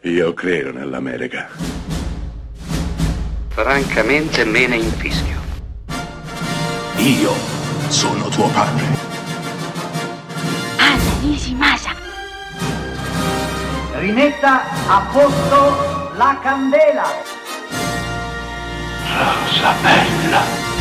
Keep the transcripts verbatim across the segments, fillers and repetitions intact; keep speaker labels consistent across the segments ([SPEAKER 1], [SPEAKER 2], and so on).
[SPEAKER 1] Io credo nell'America.
[SPEAKER 2] Francamente me ne infischio.
[SPEAKER 3] Io sono tuo padre.
[SPEAKER 4] Anna Nishimasa.
[SPEAKER 5] Rimetta a posto la candela.
[SPEAKER 3] Rosa bella.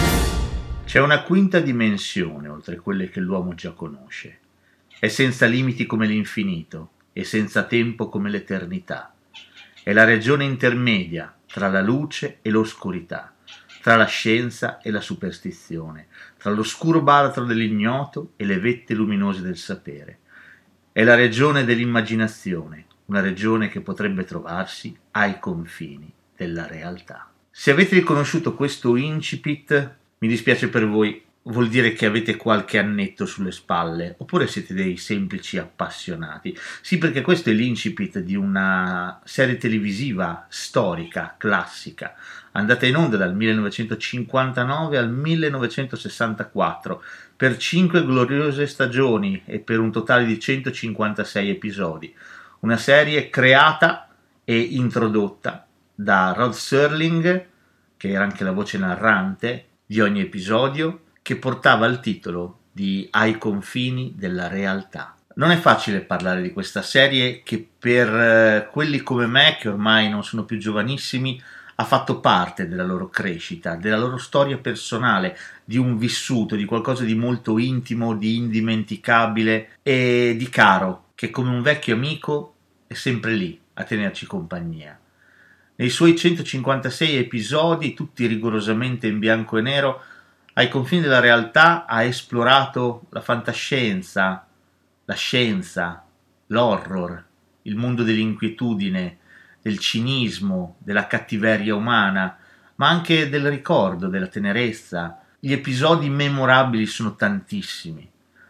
[SPEAKER 6] C'è una quinta dimensione oltre quelle che l'uomo già conosce. È senza limiti come l'infinito e senza tempo come l'eternità. È la regione intermedia tra la luce e l'oscurità, tra la scienza e la superstizione, tra l'oscuro baratro dell'ignoto e le vette luminose del sapere. È la regione dell'immaginazione, una regione che potrebbe trovarsi ai confini della realtà. Se avete riconosciuto questo incipit, mi dispiace per voi, vuol dire che avete qualche annetto sulle spalle, oppure siete dei semplici appassionati. Sì, perché questo è l'incipit di una serie televisiva storica, classica, andata in onda dal millenovecentocinquantanove al millenovecentosessantaquattro, per cinque gloriose stagioni e per un totale di centocinquantasei episodi. Una serie creata e introdotta da Rod Serling, che era anche la voce narrante di ogni episodio, che portava il titolo di Ai confini della realtà. Non è facile parlare di questa serie che per eh, quelli come me, che ormai non sono più giovanissimi, ha fatto parte della loro crescita, della loro storia personale, di un vissuto, di qualcosa di molto intimo, di indimenticabile e di caro, che come un vecchio amico è sempre lì a tenerci compagnia. Nei suoi centocinquantasei episodi, tutti rigorosamente in bianco e nero, Ai confini della realtà ha esplorato la fantascienza, la scienza, l'horror, il mondo dell'inquietudine, del cinismo, della cattiveria umana, ma anche del ricordo, della tenerezza. Gli episodi memorabili sono tantissimi,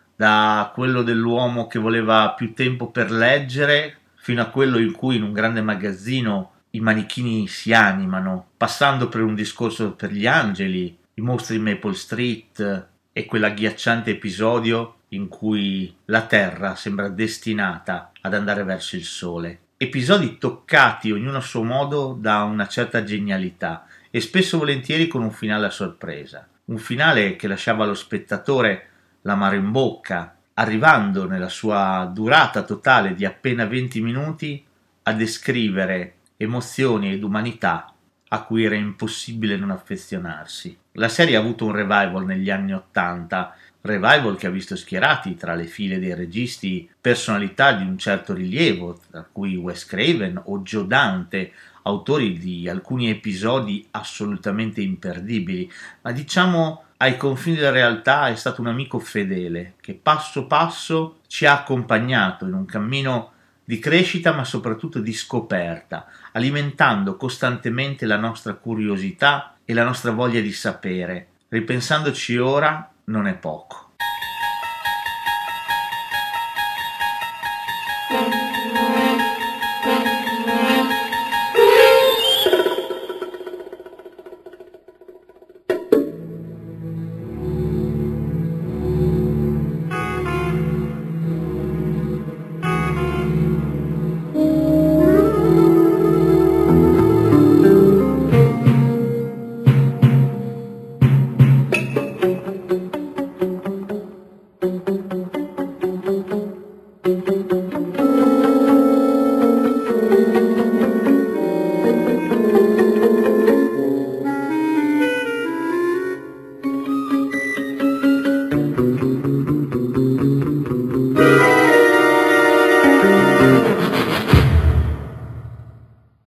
[SPEAKER 6] da quello dell'uomo che voleva più tempo per leggere, fino a quello in cui in un grande magazzino i manichini si animano, passando per un discorso per gli angeli, i mostri di Maple Street e quell'agghiacciante episodio in cui la Terra sembra destinata ad andare verso il Sole. Episodi toccati, ognuno a suo modo, da una certa genialità e spesso volentieri con un finale a sorpresa. Un finale che lasciava allo spettatore l'amaro in bocca, arrivando nella sua durata totale di appena venti minuti a descrivere emozioni ed umanità a cui era impossibile non affezionarsi. La serie ha avuto un revival negli anni Ottanta, revival che ha visto schierati tra le file dei registi personalità di un certo rilievo, tra cui Wes Craven o Joe Dante, autori di alcuni episodi assolutamente imperdibili, ma diciamo ai confini della realtà è stato un amico fedele che passo passo ci ha accompagnato in un cammino di crescita ma soprattutto di scoperta, alimentando costantemente la nostra curiosità e la nostra voglia di sapere. Ripensandoci ora non è poco.